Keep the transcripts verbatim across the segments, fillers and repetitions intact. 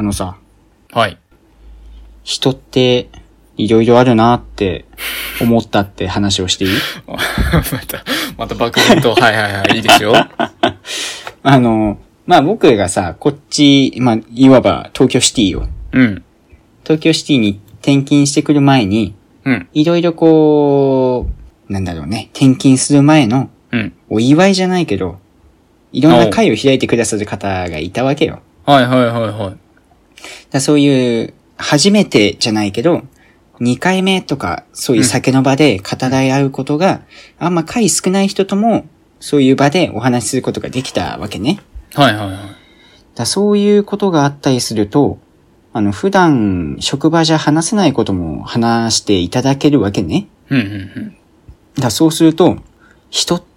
あのさ、 はい。 人っていろいろあるなって思ったって話をしていい？ また、また漠然と、はいはいはい、いいですよ。 あの、まあ僕がさ、こっち、まあいわば東京シティよ。 うん。 東京シティに転勤してくる前に、 うん。 いろいろこう、なんだろうね、転勤する前の、 うん。 お祝いじゃないけど、いろんな会を開いてくださる方がいたわけよ。 はいはいはいはい。 だそういう、初めてじゃないけど、にかいめとか、そういう酒の場で語らい合うことが、あんま会少ない人とも、そういう場でお話しすることができたわけね。 はいはいはい。 だそういうことがあったりすると、あの、普段、職場じゃ話せないことも話していただけるわけね。 うんうんうん。 だそうすると、人って、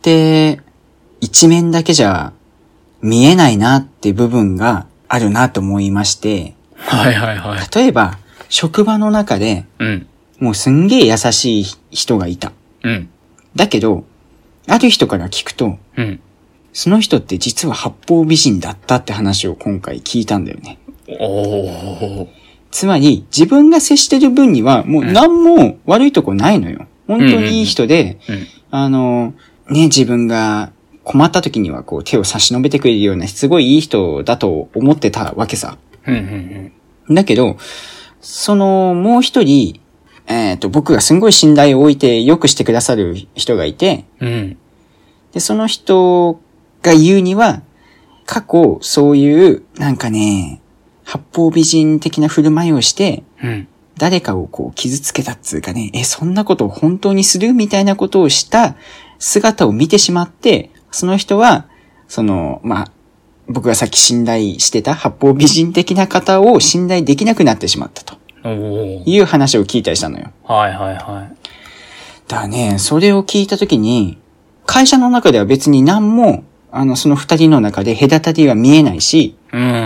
一面だけじゃ見えないなって部分があるなと思いまして。 はいはいはい。 例えば、職場の中で、 うん。 もうすんげえ優しい人がいた。 うん。 だけど、ある人から聞くと、 うん。 その人って実は八方美人だったって話を今回聞いたんだよね。 おー。 つまり、自分が接してる分にはもう何も悪いとこないのよ。本当にいい人で、 うんうんうん、 あの、ね、自分が困った時にはこう手を差し伸べてくれるようなすごいいい人だと思ってたわけさ。 うんうんうん、だけど、そのもう一人、えっと、僕がすんごい信頼を置いてよくしてくださる人がいて、 うん、 で、その人が言うには、過去そういうなんかね、八方美人的な振る舞いをして、 うん、誰かをこう傷つけたっつうかね、え、そんなことを本当にするみたいなことをした姿を見てしまって、その人は、その、まあ、僕がさっき信頼してた八方美人的な方を信頼できなくなってしまったと。いう話を聞いたりしたのよ。 はいはいはい。 だね、それを聞いたときに、会社の中では別に何も、あの、その二人の中で隔たりは見えないし、 うんうんうん、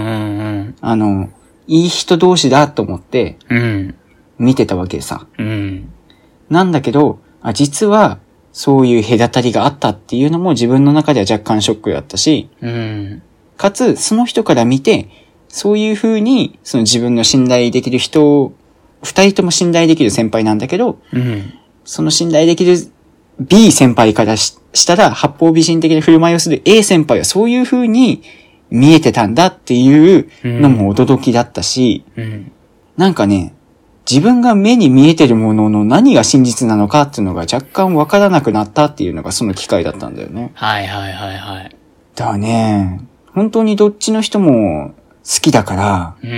あの、いい人同士だと思って、見てたわけでさ。 うん、 なんだけど、あ、実は、そういう隔たりがあったっていうのも自分の中では若干ショックだったし、 うん、 かつ、その人から見て、そういう風に、その自分の信頼できる人を、二人とも信頼できる先輩なんだけど、 うん、 その信頼できる B 先輩から し, したら、八方美人的な振る舞いをする A 先輩はそういう風に見えてたんだっていうのも驚きだったし、 うんうん、 なんかね、自分が目に見えてるものの何が真実なのかっていうのが若干わからなくなったっていうのがその機会だったんだよね。 はいはいはいはい。 だね、本当にどっちの人も好きだから、 うん、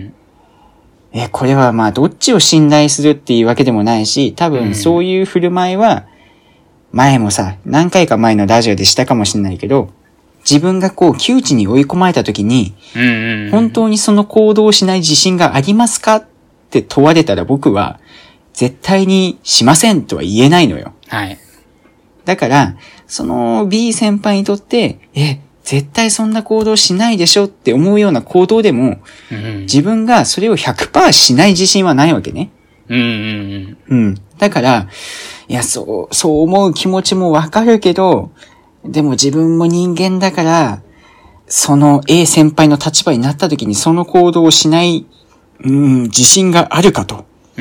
え、これはまあどっちを信頼するっていうわけでもないし、多分そういう振る舞いは、前もさ、何回か前のラジオでしたかもしれないけど、自分がこう窮地に追い込まれた時に、 うんうんうん、 本当にその行動をしない自信がありますかって問われたら僕は、絶対にしませんとは言えないのよ。 はい。 だから、その B 先輩にとって、え、絶対そんな行動しないでしょって思うような行動でも、 うん、 自分がそれを ひゃくパーセント しない自信はないわけね。 うんうんうん。 うん。だから、いや、そう、そう思う気持ちもわかるけど、でも自分も人間だから、その A 先輩の立場になった時にその行動をしない、うん、自信があるかと。 うん。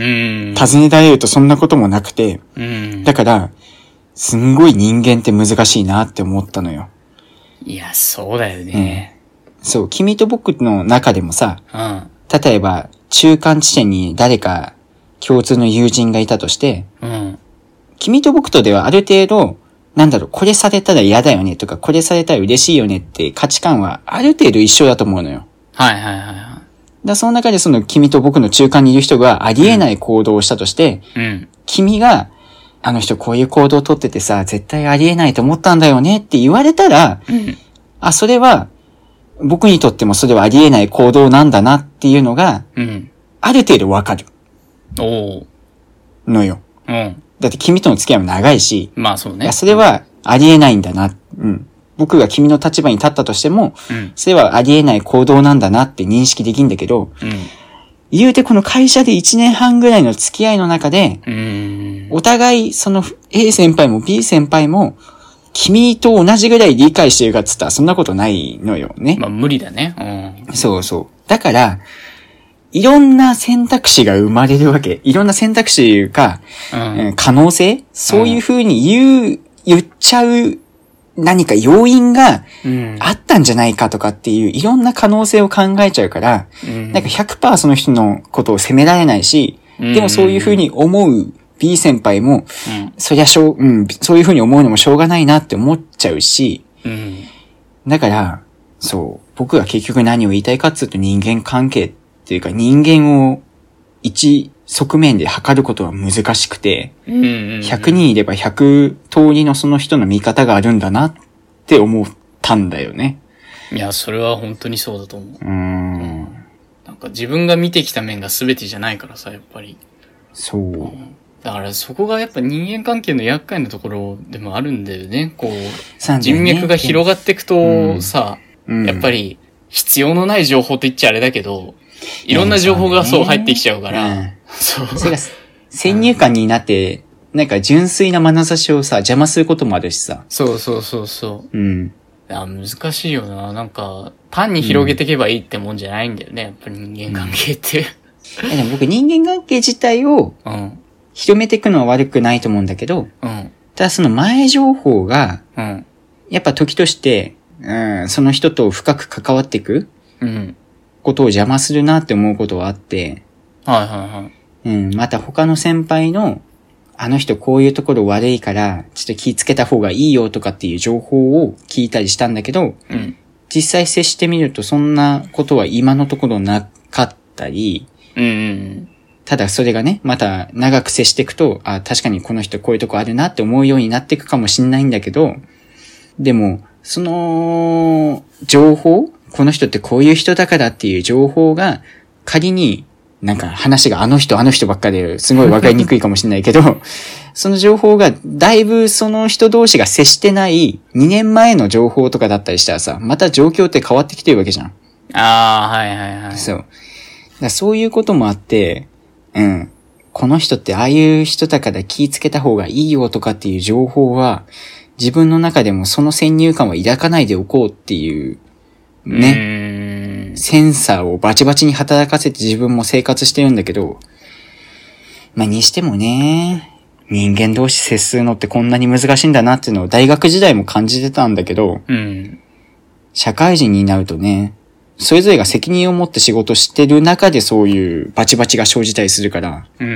尋ねられるとそんなこともなくて、 うん。 だから、すんごい人間って難しいなって思ったのよ。 いや、そうだよね。 うん、そう、君と僕の中でもさ、 うん、 例えば、中間地点に誰か共通の友人がいたとして、 うん、 君と僕とではある程度、なんだろう、これされたら嫌だよねとか、これされたら嬉しいよねって価値観はある程度一緒だと思うのよ。 はいはいはいはい。 だその中でその君と僕の中間にいる人がありえない行動をしたとして、 うん、 君が、あの人こういう行動をとっててさ、絶対ありえないと思ったんだよねって言われたら、 うん、 あ、それは、僕にとってもそれはありえない行動なんだなっていうのが、 うん、 ある程度わかる。 おー。 のよ。 うん。 だって君との付き合いも長いし、 まあそうね。 いや、それはありえないんだな。うん。僕が君の立場に立ったとしても、 うん、 それはありえない行動なんだなって認識できるんだけど、 うん、 言うてこの会社でいちねんはんぐらいの付き合いの中で、 うん、 お互いその A 先輩も B 先輩も、君と同じぐらい理解してるかっつったらそんなことないのよね。 まあ無理だね。 うん、そうそう。だから、 いろんな選択肢が生まれるわけ。いろんな選択肢か、 うん、 可能性そういう風に言う、言っちゃう何か要因があったんじゃないかとかっていういろんな可能性を考えちゃうから、うん、なんか ひゃくパーセント その人のことを責められないし、うん、でもそういう風に思う B 先輩も、うん、そりゃしょう、うん、そういう風に思うのもしょうがないなって思っちゃうし、うん、だから、そう、僕が結局何を言いたいかっていうと人間関係っていうか人間を一側面で測ることは難しくて、うんうんうん、ひゃくにんいればひゃく通りのその人の見方があるんだなって思ったんだよね。 いや、それは本当にそうだと思う。うーん、うん、なんか自分が見てきた面が全てじゃないからさ、やっぱり。 そう。うん、 だからそこがやっぱ人間関係の厄介なところでもあるんだよね。こう、人脈が広がっていくとさ、うんうん、やっぱり必要のない情報って言っちゃあれだけど、いろんな情報がそう入ってきちゃうから、うん、 そう。それが先入観になって、なんか純粋な眼差しをさ、邪魔することもあるしさ。 そうそうそうそう。 うん。 いや、難しいよな。なんか、単に広げていけばいいってもんじゃないんだよね。やっぱり人間関係って。 うん、でも僕人間関係自体を、広めていくのは悪くないと思うんだけど、うん、ただその前情報が、うん、やっぱ時として、うん、その人と深く関わっていく、うん、ことを邪魔するなって思うことはあって、 はいはいはい。 うん、また他の先輩の、あの人こういうところ悪いから、ちょっと気ぃつけた方がいいよとかっていう情報を聞いたりしたんだけど、うん、実際接してみるとそんなことは今のところなかったり、うんうん、ただそれがね、また長く接していくと、あ、確かにこの人こういうとこあるなって思うようになっていくかもしんないんだけど、でも、その、情報この人ってこういう人だからっていう情報が、仮に、なんか話があの人あの人ばっかですごい分かりにくいかもしれないけど、その情報がだいぶその人同士が接してないにねんまえの情報とかだったりしたらさ、また状況って変わってきてるわけじゃん。 ああ、はいはいはい。 そう。だそういうこともあって、うん。この人ってああいう人だから気ぃつけた方がいいよとかっていう情報は、自分の中でもその先入観は抱かないでおこうっていう、ね。センサーをバチバチに働かせて自分も生活してるんだけど、まあにしてもね、人間同士接するのってこんなに難しいんだなっていうのを大学時代も感じてたんだけど、うん、社会人になるとね、それぞれが責任を持って仕事してる中でそういうバチバチが生じたりするから、うん、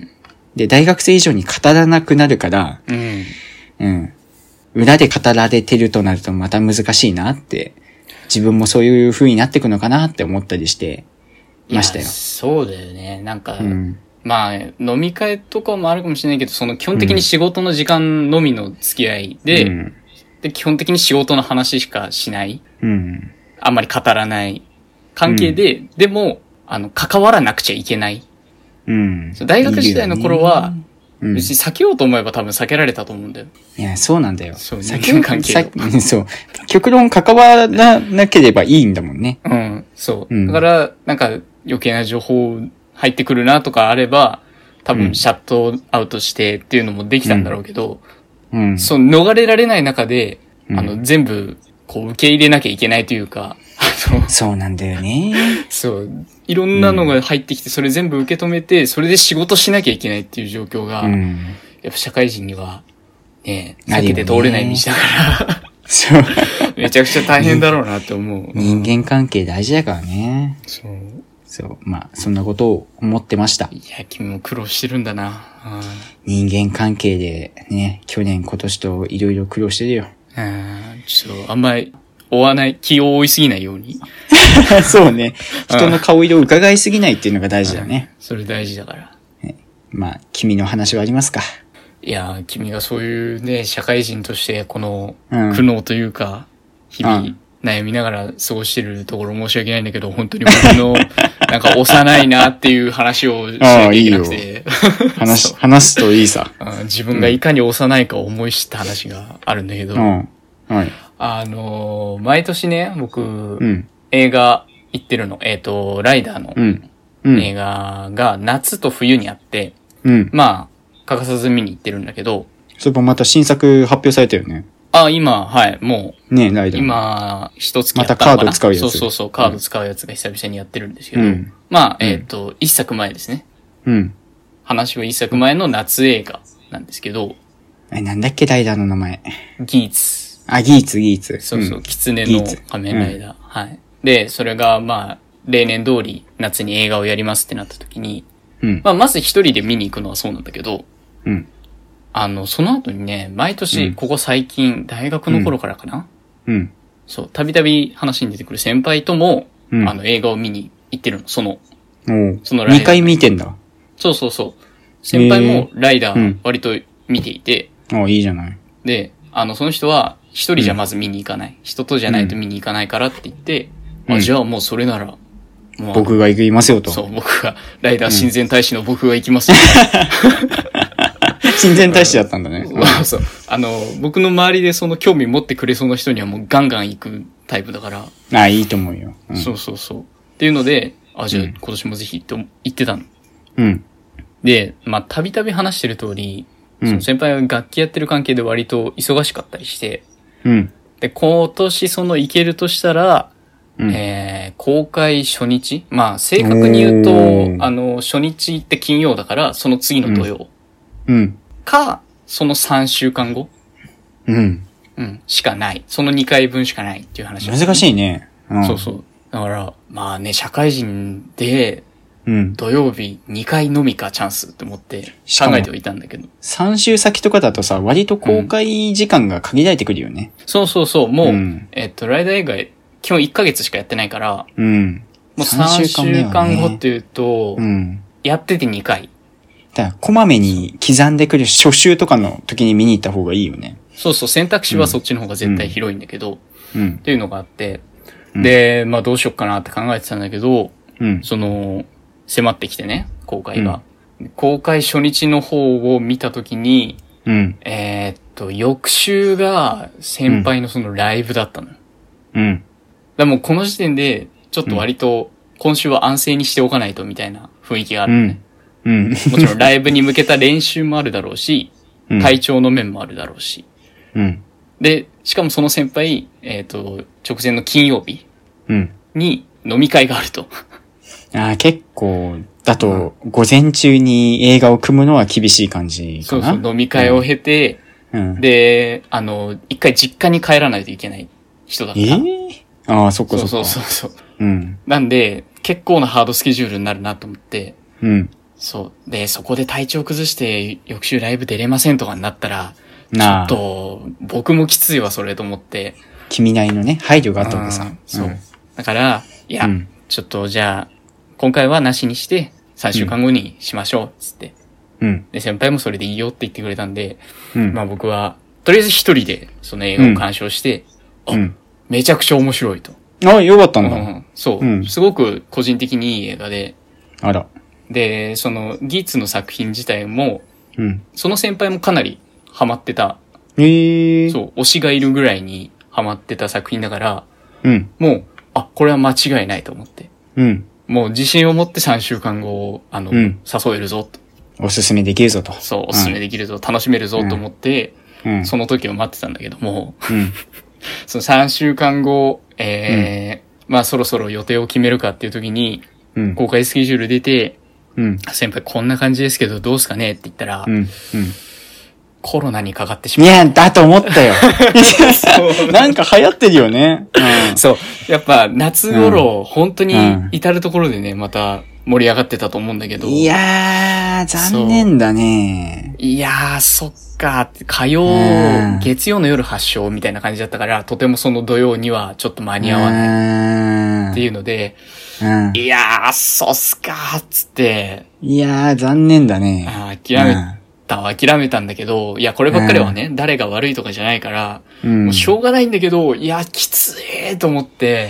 で、大学生以上に語らなくなるから、うんうん、裏で語られてるとなるとまた難しいなって、自分もそういう風になっていくのかなって思ったりしてましたよ。 そうだよね。なんか、うん、まあ飲み会とかもあるかもしれないけど、その基本的に仕事の時間のみの付き合いで、うん、で基本的に仕事の話しかしない、うん、あんまり語らない関係で、うん、でもあの関わらなくちゃいけない。うん、大学時代の頃は。別に避けようと思えば多分避けられたと思うんだよ。 いや、そうなんだよ。 そう、人間関係を。そう。極論関わらなければいいんだもんね。 うん、そう。うん、だから、なんか余計な情報入ってくるなとかあれば、多分シャットアウトしてっていうのもできたんだろうけど、うん。そう、逃れられない中で、うん、あの、全部、こう、受け入れなきゃいけないというか、 そうなんだよね。 そう。いろんなのが入ってきて、それ全部受け止めて、それで仕事しなきゃいけないっていう状況が、うん、やっぱ社会人には、ね、避けて通れない道だから、そう。めちゃくちゃ大変だろうなって思う。 人間関係大事だからね。 そう。 そう。まあ、そんなことを思ってました。 いや、君も苦労してるんだな。 うん、人間関係でね、去年今年といろいろ苦労してるよ。 うん、ちょっと、あんまり、追わない、気を追いすぎないように。 そうね。人の顔色を伺いすぎないっていうのが大事だね。 それ大事だから。 まあ、君の話はありますか？ いや、君がそういうね、社会人としてこの苦悩というか、日々悩みながら過ごしてるところ申し訳ないんだけど、本当に僕のなんか幼いなっていう話をしなきゃいけなくて。いいよ話、話すといいさ。 自分がいかに幼いか思い知った話があるんだけど、 うんはい、 あのー、毎年ね、僕、うん、映画行ってるの。えっと、ライダーの映画が夏と冬にあって、うん、まあ、欠かさず見に行ってるんだけど。 それもまた新作発表されたよね。 あ、今、はい、もう。 ね、ライダー。 今、一月やったのかな。 またカード使うやつ。 そうそうそう、カード使うやつが久々にやってるんですけど。うん、まあ、えっ、ー、と、一作前ですね。 うん。 話は一作前の夏映画なんですけど。 え、なんだっけ、ライダーの名前。 ギーツ。 あ、ギーツ、ギーツ。 そうそう、キツネの仮面ライダー、うん。はい。で、それが、まあ、例年通り夏に映画をやりますってなった時に、うん、まあ、まず一人で見に行くのはそうなんだけど、うん。あの、その後にね、毎年、ここ最近、うん、大学の頃からかな、うん、うん。そう、たびたび話に出てくる先輩とも、うん、あの、映画を見に行ってるの、その、 そのライダー。にかい見てんだ。 そうそうそう。先輩もライダー割と見ていて。 ああ、いいじゃない。 で、あの、その人は、一人じゃまず見に行かない。うん、人とじゃないと見に行かないからって言って、うん、あ、じゃあもうそれなら、 もう僕が行きますよと。 そう、僕が、ライダー親善大使の僕が行きますよ。 親善大使だったんだね。 そう。あの、僕の周りでその興味持ってくれそうな人にはもうガンガン行くタイプだから。 ああ、いいと思うよ。 うん、そうそうそう。っていうので、あ、じゃあ今年もぜひって言ってたの。 うん。 で、まあ、たびたび話してる通り、うん、その先輩は楽器やってる関係で割と忙しかったりして、 うん。 で、今年その行けるとしたら、うん、えー、公開初日まあ、正確に言うと、あの、初日って金曜だから、その次の土曜。 うん。うん、 か、そのさんしゅうかんご。 うん。 うん。しかない。そのにかいぶんしかないっていう話、 ね。難しいね。 うん。そうそう。だから、まあね、社会人で、 うん。 土曜日にかいのみかチャンスって思って考えてはいたんだけど。 さん週先とかだとさ、割と公開時間が限られてくるよね。 うん、そうそうそう。もう、うん、えっと、ライダー映画、基本いっかげつしかやってないから、 うん。 もうさんしゅうかんごっていうと、 うん。 やっててにかい。 だから、こまめに刻んでくる初週とかの時に見に行った方がいいよね。 そうそう、選択肢はそっちの方が絶対広いんだけど、 うん。 っていうのがあって、うん、で、まあどうしよっかなって考えてたんだけど、 うん。 その、迫ってきてね、公開が。うん、公開初日の方を見たときに、 うん、 えー、っと、翌週が先輩のそのライブだったの。 うん。 だもうこの時点で、ちょっと割と、今週は安静にしておかないとみたいな雰囲気があるのね。 うん。うん、もちろんライブに向けた練習もあるだろうし、うん、体調の面もあるだろうし。 うん。 で、しかもその先輩、えー、っと、直前の金曜日にうん。 飲み会があると。 ああ、結構、だと、午前中に映画を組むのは厳しい感じかな。 そうそう、飲み会を経て、 うん、 で、あの、一回実家に帰らないといけない人だった。 えー、ああ、そっかそっか。 そうそうそうそう。 うん。 なんで、結構なハードスケジュールになるなと思って、 うん。 そう。で、そこで体調崩して、翌週ライブ出れませんとかになったら、ちょっと、僕もきついわ、それと思って。 君なりのね、配慮があったわけさ。 そう。うん、だから、いや、うん、ちょっとじゃあ、今回はなしにして、さんしゅうかんごにしましょう、つって。 うん。 で、先輩もそれでいいよって言ってくれたんで、 うん。 まあ僕は、とりあえず一人で、その映画を鑑賞して、 うん、あ、 めちゃくちゃ面白いと。 あ、よかったんだ。 うん、そう、うん。すごく個人的にいい映画で。 あら。 で、その、ギーツの作品自体も、 うん。 その先輩もかなりハマってた。 へー。 そう、推しがいるぐらいにハマってた作品だから、 うん。 もう、あ、これは間違いないと思って。 うん。 もう自信を持ってさんしゅうかんごを、あの、うん、誘えるぞと。 おすすめできるぞと。 そう、おすすめできるぞ、うん、楽しめるぞと思って、 うん、 その時を待ってたんだけども、 うん、 そのさんしゅうかんご、えー、うん、まあそろそろ予定を決めるかっていう時に、 うん、 公開スケジュール出て、 うん、 先輩こんな感じですけどどうすかねって言ったら、 うんうん、 コロナにかかってしまった。 いや、だと思ったよ。なんか流行ってるよね。 うん、そう。やっぱ夏頃、うん、本当に至るところでね、また盛り上がってたと思うんだけど。 いやー、残念だね。 いやー、そっか。火曜、月曜の夜発症みたいな感じだったから、とてもその土曜にはちょっと間に合わない。っていうので、 うん、 いやー、そうっすかーっつって。 いやー、残念だね。 あ諦めた、うん、諦めたんだけど、いや、こればっかりはね、うん、誰が悪いとかじゃないから、 うん、 もうしょうがないんだけど、いや、きつえーと思って。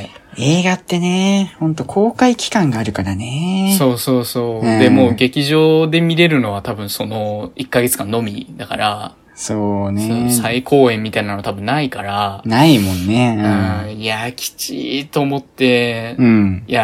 映画ってね、ほんと公開期間があるからね。 そうそうそう。うん、で、もう劇場で見れるのは多分そのいっかげつかんのみだから、 そうね。 再公演みたいなの多分ないから。 ないもんね。 うん、いや、きちーと思って、 うん、 いや、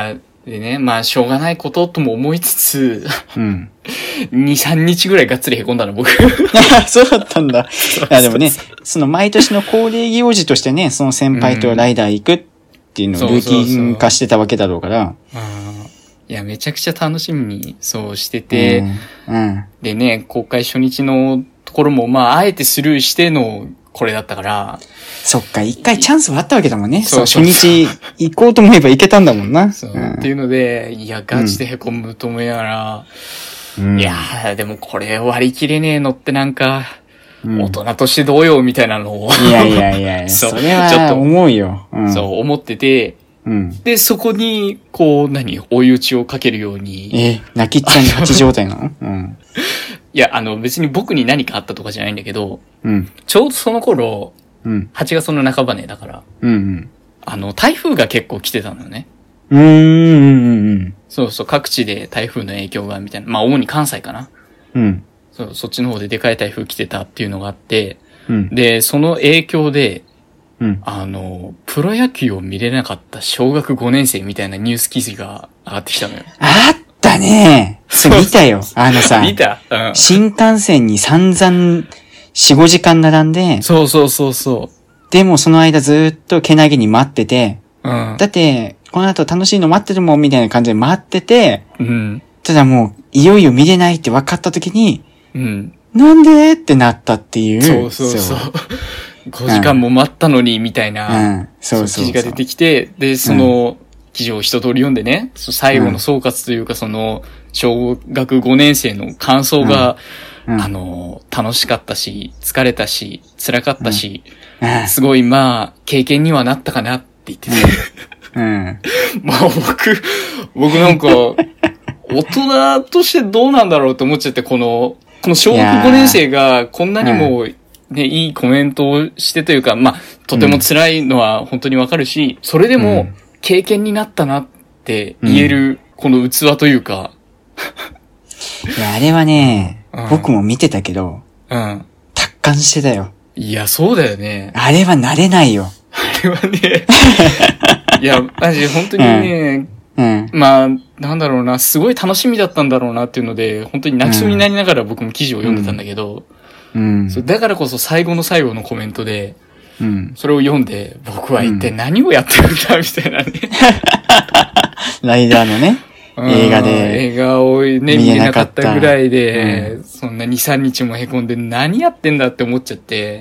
でね、まあ、しょうがないこととも思いつつ、 うん。 に、さんにちぐらいがっつり凹んだの、僕。 そうだったんだ。いや、でもね、その毎年の恒例行事としてね、その先輩とライダー行くっていうのをルーティン化してたわけだろうから。 うんいや、めちゃくちゃ楽しみに、そうしてて、 うんうん、 でね、公開初日のところも、まあ、あえてスルーしての、これだったから。 そっか、一回チャンスはあったわけだもんね。そう、初日行こうと思えば行けたんだもんな。 そう、うん、っていうので、いや、ガチで凹むと思いながら、うん、いやー、でもこれ割り切れねえのってなんか、うん、大人としてどうよ、みたいなのを。 いやいやいや、そうそれはちょっと思うよ、 うん。そう、思ってて、うん、で、そこに、こう、何、追い打ちをかけるように。 え、泣きっちゃん勝ち状態なのうん。 いや、あの、別に僕に何かあったとかじゃないんだけど、 うん、 ちょうどその頃、 うん、 はちがつの半ばね、だから、 うんうん、 あの、台風が結構来てたのよね。 うーん、うんうん、 そうそう、各地で台風の影響が、みたいな。まあ、主に関西かな。 うん。 そう、そっちの方ででかい台風来てたっていうのがあって、 うん、 で、その影響で、 うん、 あの、プロ野球を見れなかった小学ごねん生みたいなニュース記事が上がってきたのよ。 あったね。それ見たよ。あのさ、 見た、うん、 新幹線に散々よん、ごじかん並んで、 そうそうそうそう。 でもその間ずっとけなげに待ってて、 うん、 だって、この後楽しいの待ってるもんみたいな感じで待ってて、 うん、 ただもう、いよいよ見れないって分かった時に、 うん、 なんでってなったっていう。 そうそうそう。ごじかんも待ったのに、みたいな、 うん、そうそうそう。 記事が出てきて、で、その記事を一通り読んでね、最後の総括というか、その、小学ごねん生の感想が、うんうん、あの、楽しかったし、疲れたし、辛かったし、うんうん、すごい、まあ、経験にはなったかなって言ってて。 うん。 まあ、僕、僕なんか、大人としてどうなんだろうと思っちゃって、この、この小学ごねん生がこんなにも、ね、いいコメントをしてというか、まあ、とても辛いのは本当にわかるし、それでも経験になったなって言える、この器というか。 いや、あれはね、うん、僕も見てたけど、 うん。 達観してたよ。 いや、そうだよね。 あれは慣れないよ。 あれはね、いや、マジ本当にね、 うんうん、 まあ、なんだろうな、すごい楽しみだったんだろうなっていうので、本当に泣きそうになりながら僕も記事を読んでたんだけど、 うん、 そうだからこそ最後の最後のコメントで、 うん、 それを読んで、僕は一体何をやってるんだ、みたいなね。 ライダーのね、映画で。 映画をね、見れなかったぐらいで、うん、そんなに、さんにちも凹んで何やってんだって思っちゃって、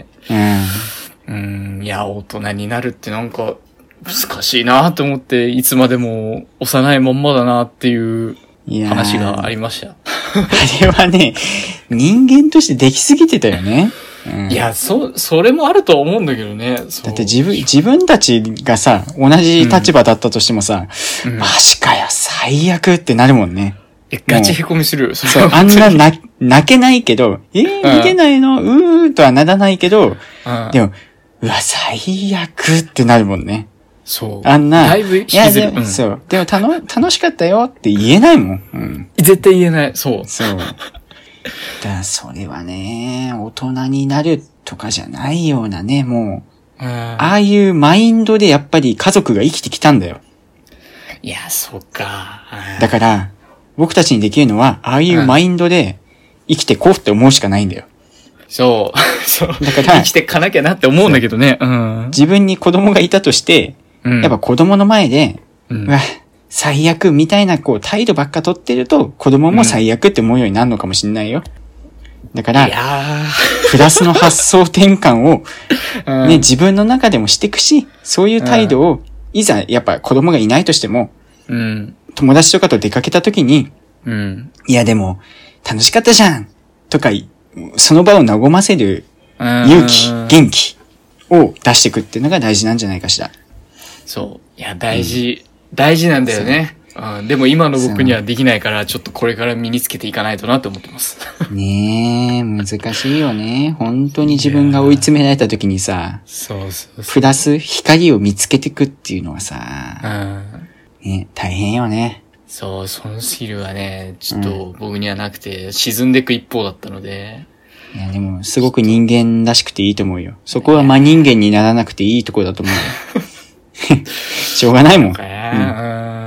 うん、 うん、いや、大人になるってなんか、難しいなと思って、いつまでも幼いまんまだなっていう話がありました。 あれはね、人間としてできすぎてたよね。 うん、いや、そ、それもあると思うんだけどね。 だって自分、自分たちがさ、同じ立場だったとしてもさ、うん、マジかよ、最悪ってなるもんね。 え、ガチ凹みする。 そう、あんなな、泣けないけど、えー、見てないの、うん、うーとはならないけど、 うん、 でも、うわ、最悪ってなるもんね。 そう。 あんな、 だいぶ引きずる。 うん、そう。でも、たの、楽しかったよって言えないもん。うん。 絶対言えない。そう。 そう。だからそれはね、大人になるとかじゃないようなね、もう、ああいうマインドでやっぱり家族が生きてきたんだよ。 いや、そっか。 だから、僕たちにできるのは、ああいうマインドで生きてこうって思うしかないんだよ。 そう。そう。 だから、 生きてかなきゃなって思うんだけどね。うん、 自分に子供がいたとして、うん、やっぱ子供の前で、うん、うわ、最悪みたいなこう態度ばっか取ってると子供も最悪って思うようになるのかもしれないよ。だから、プラスの発想転換を、 うん、 ね、自分の中でもしていくし、そういう態度を、いざやっぱ子供がいないとしても、 うん、 友達とかと出かけた時に、 うん、 いやでも楽しかったじゃんとか、その場を和ませる勇気、元気を出していくっていうのが大事なんじゃないかしら。 そう。いや、大事、うん、大事なんだよね。うん、でも今の僕にはできないから、ちょっとこれから身につけていかないとなと思ってます。 ねえ、難しいよね。本当に自分が追い詰められた時にさ、 そうそうそう。 プラス光を見つけていくっていうのはさ、 うん、 ね、大変よね。 そう、そのスキルはね、ちょっと僕にはなくて、沈んでいく一方だったので。 いや、でも、すごく人間らしくていいと思うよ。そこは真人間にならなくていいところだと思うよ。しょうがないもん。 うん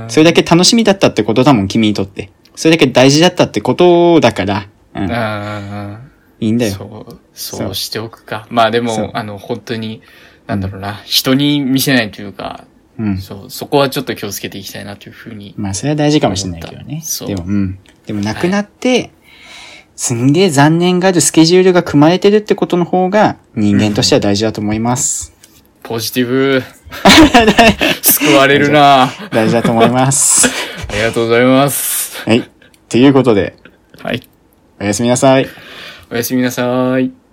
それだけ楽しみだったってことだもん、君にとって。それだけ大事だったってことだから、うん、あいいんだよ。 そう、そうしておくか。まあでも、あの、本当に、なんだろうな、うん、人に見せないというか、うん、そう、そこはちょっと気をつけていきたいなというふうに。 まあ、それは大事かもしれないけどね。そう。でも、うん。でも、亡くなって、はい、すんげえ残念があるスケジュールが組まれてるってことの方が、人間としては大事だと思います。 うん、ポジティブ。救われるな大事だと思います。 ありがとうございます。 はい。ということで。 はい。 おやすみなさい。 おやすみなさい。